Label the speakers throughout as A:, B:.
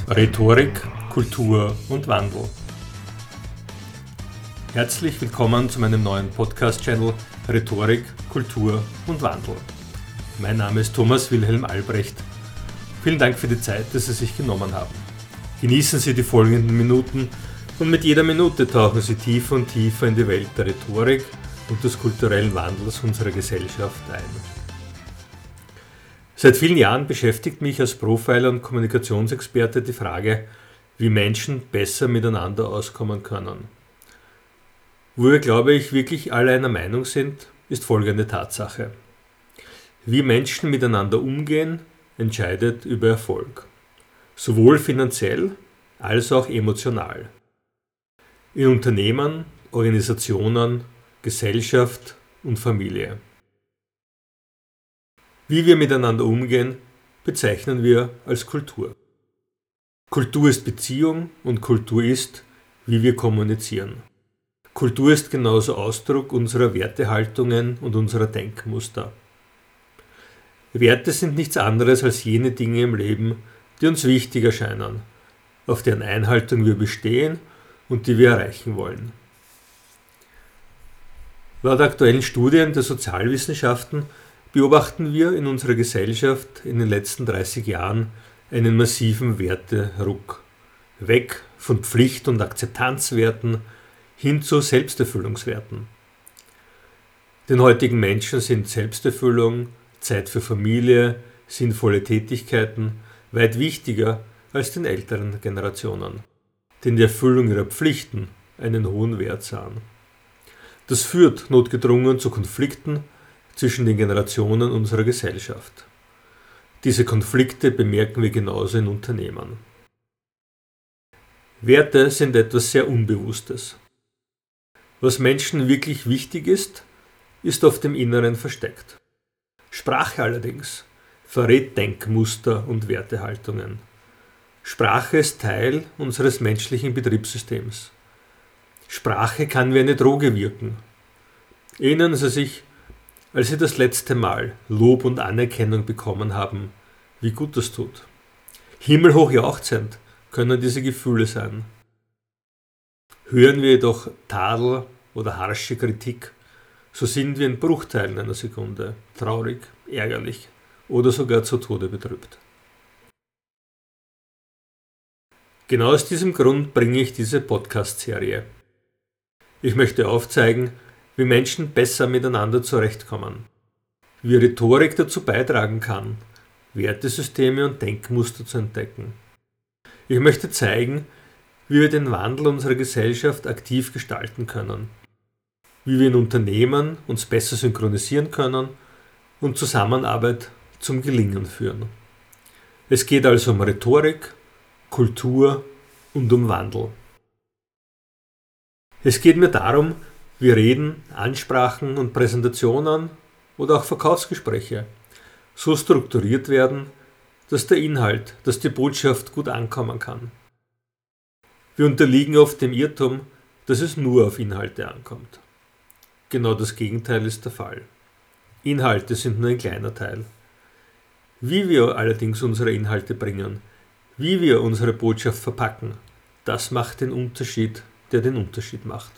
A: Rhetorik, Kultur und Wandel. Herzlich willkommen zu meinem neuen Podcast-Channel Rhetorik, Kultur und Wandel. Mein Name ist Thomas Wilhelm Albrecht. Vielen Dank für die Zeit, die Sie sich genommen haben. Genießen Sie die folgenden Minuten und mit jeder Minute tauchen Sie tiefer und tiefer in die Welt der Rhetorik und des kulturellen Wandels unserer Gesellschaft ein. Seit vielen Jahren beschäftigt mich als Profiler und Kommunikationsexperte die Frage, wie Menschen besser miteinander auskommen können. Wo wir, glaube ich, wirklich alle einer Meinung sind, ist folgende Tatsache. Wie Menschen miteinander umgehen, entscheidet über Erfolg. Sowohl finanziell als auch emotional. In Unternehmen, Organisationen, Gesellschaft und Familie. Wie wir miteinander umgehen, bezeichnen wir als Kultur. Kultur ist Beziehung und Kultur ist, wie wir kommunizieren. Kultur ist genauso Ausdruck unserer Wertehaltungen und unserer Denkmuster. Werte sind nichts anderes als jene Dinge im Leben, die uns wichtig erscheinen, auf deren Einhaltung wir bestehen und die wir erreichen wollen. Laut aktuellen Studien der Sozialwissenschaften beobachten wir in unserer Gesellschaft in den letzten 30 Jahren einen massiven Werteruck. Weg von Pflicht- und Akzeptanzwerten hin zu Selbsterfüllungswerten. Den heutigen Menschen sind Selbsterfüllung, Zeit für Familie, sinnvolle Tätigkeiten weit wichtiger als den älteren Generationen, die in der Erfüllung ihrer Pflichten einen hohen Wert sahen. Das führt notgedrungen zu Konflikten zwischen den Generationen unserer Gesellschaft. Diese Konflikte bemerken wir genauso in Unternehmen. Werte sind etwas sehr Unbewusstes. Was Menschen wirklich wichtig ist, ist oft im Inneren versteckt. Sprache allerdings verrät Denkmuster und Wertehaltungen. Sprache ist Teil unseres menschlichen Betriebssystems. Sprache kann wie eine Droge wirken. Erinnern Sie sich, als Sie das letzte Mal Lob und Anerkennung bekommen haben, wie gut das tut. Himmelhoch jauchzend können diese Gefühle sein. Hören wir jedoch Tadel oder harsche Kritik, so sind wir in Bruchteilen einer Sekunde traurig, ärgerlich oder sogar zu Tode betrübt. Genau aus diesem Grund bringe ich diese Podcast-Serie. Ich möchte aufzeigen, wie Menschen besser miteinander zurechtkommen, wie Rhetorik dazu beitragen kann, Wertesysteme und Denkmuster zu entdecken. Ich möchte zeigen, wie wir den Wandel unserer Gesellschaft aktiv gestalten können, wie wir in Unternehmen uns besser synchronisieren können und Zusammenarbeit zum Gelingen führen. Es geht also um Rhetorik, Kultur und um Wandel. Es geht mir darum, wie Reden, Ansprachen und Präsentationen oder auch Verkaufsgespräche so strukturiert werden, dass der Inhalt, dass die Botschaft gut ankommen kann. Wir unterliegen oft dem Irrtum, dass es nur auf Inhalte ankommt. Genau das Gegenteil ist der Fall. Inhalte sind nur ein kleiner Teil. Wie wir allerdings unsere Inhalte bringen, wie wir unsere Botschaft verpacken, das macht den Unterschied, der den Unterschied macht.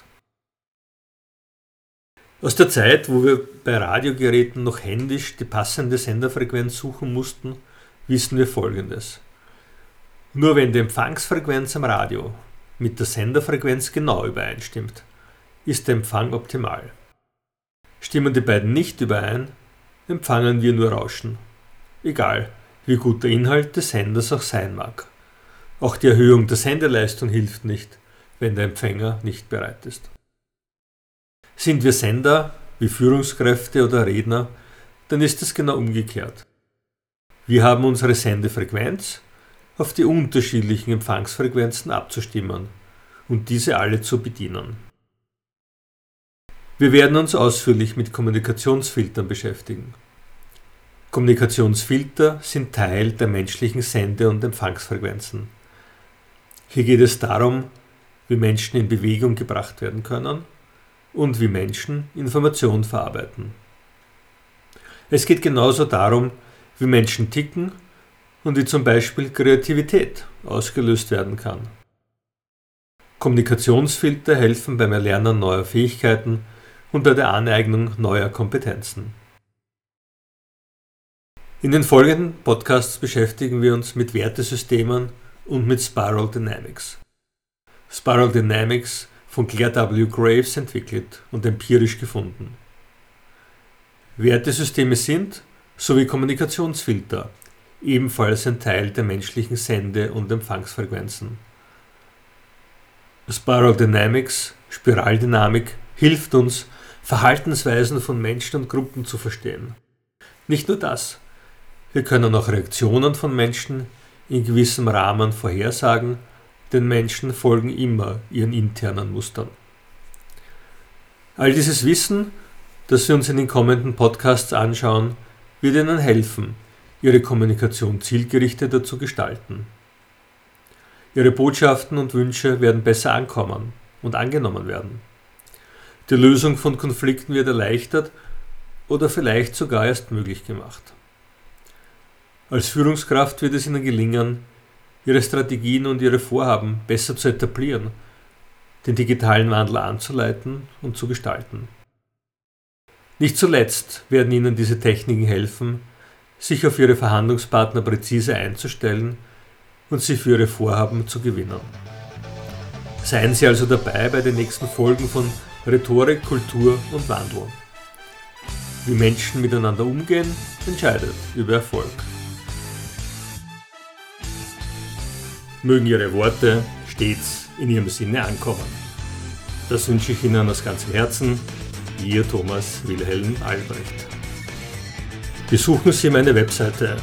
A: Aus der Zeit, wo wir bei Radiogeräten noch händisch die passende Senderfrequenz suchen mussten, wissen wir Folgendes. Nur wenn die Empfangsfrequenz am Radio mit der Senderfrequenz genau übereinstimmt, ist der Empfang optimal. Stimmen die beiden nicht überein, empfangen wir nur Rauschen. Egal, wie gut der Inhalt des Senders auch sein mag. Auch die Erhöhung der Sendeleistung hilft nicht, wenn der Empfänger nicht bereit ist. Sind wir Sender, wie Führungskräfte oder Redner, dann ist es genau umgekehrt. Wir haben unsere Sendefrequenz auf die unterschiedlichen Empfangsfrequenzen abzustimmen und diese alle zu bedienen. Wir werden uns ausführlich mit Kommunikationsfiltern beschäftigen. Kommunikationsfilter sind Teil der menschlichen Sende- und Empfangsfrequenzen. Hier geht es darum, wie Menschen in Bewegung gebracht werden können und wie Menschen Information verarbeiten. Es geht genauso darum, wie Menschen ticken und wie zum Beispiel Kreativität ausgelöst werden kann. Kommunikationsfilter helfen beim Erlernen neuer Fähigkeiten und bei der Aneignung neuer Kompetenzen. In den folgenden Podcasts beschäftigen wir uns mit Wertesystemen und mit Spiral Dynamics. Spiral Dynamics von Claire W. Graves entwickelt und empirisch gefunden. Wertesysteme sind, sowie Kommunikationsfilter, ebenfalls ein Teil der menschlichen Sende- und Empfangsfrequenzen. Spiral Dynamics, Spiraldynamik, hilft uns, Verhaltensweisen von Menschen und Gruppen zu verstehen. Nicht nur das, wir können auch Reaktionen von Menschen in gewissem Rahmen vorhersagen, denn Menschen folgen immer ihren internen Mustern. All dieses Wissen, das wir uns in den kommenden Podcasts anschauen, wird Ihnen helfen, Ihre Kommunikation zielgerichteter zu gestalten. Ihre Botschaften und Wünsche werden besser ankommen und angenommen werden. Die Lösung von Konflikten wird erleichtert oder vielleicht sogar erst möglich gemacht. Als Führungskraft wird es Ihnen gelingen, Ihre Strategien und Ihre Vorhaben besser zu etablieren, den digitalen Wandel anzuleiten und zu gestalten. Nicht zuletzt werden Ihnen diese Techniken helfen, sich auf Ihre Verhandlungspartner präzise einzustellen und sie für Ihre Vorhaben zu gewinnen. Seien Sie also dabei bei den nächsten Folgen von Rhetorik, Kultur und Wandel. Wie Menschen miteinander umgehen, entscheidet über Erfolg. Mögen Ihre Worte stets in Ihrem Sinne ankommen. Das wünsche ich Ihnen aus ganzem Herzen, Ihr Thomas Wilhelm Albrecht. Besuchen Sie meine Webseite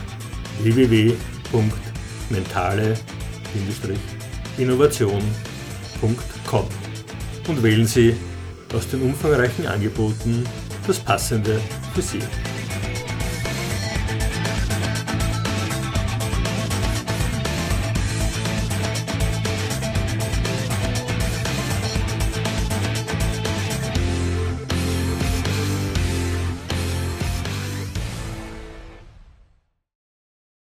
A: www.mentale-innovation.com und wählen Sie aus den umfangreichen Angeboten das Passende für Sie.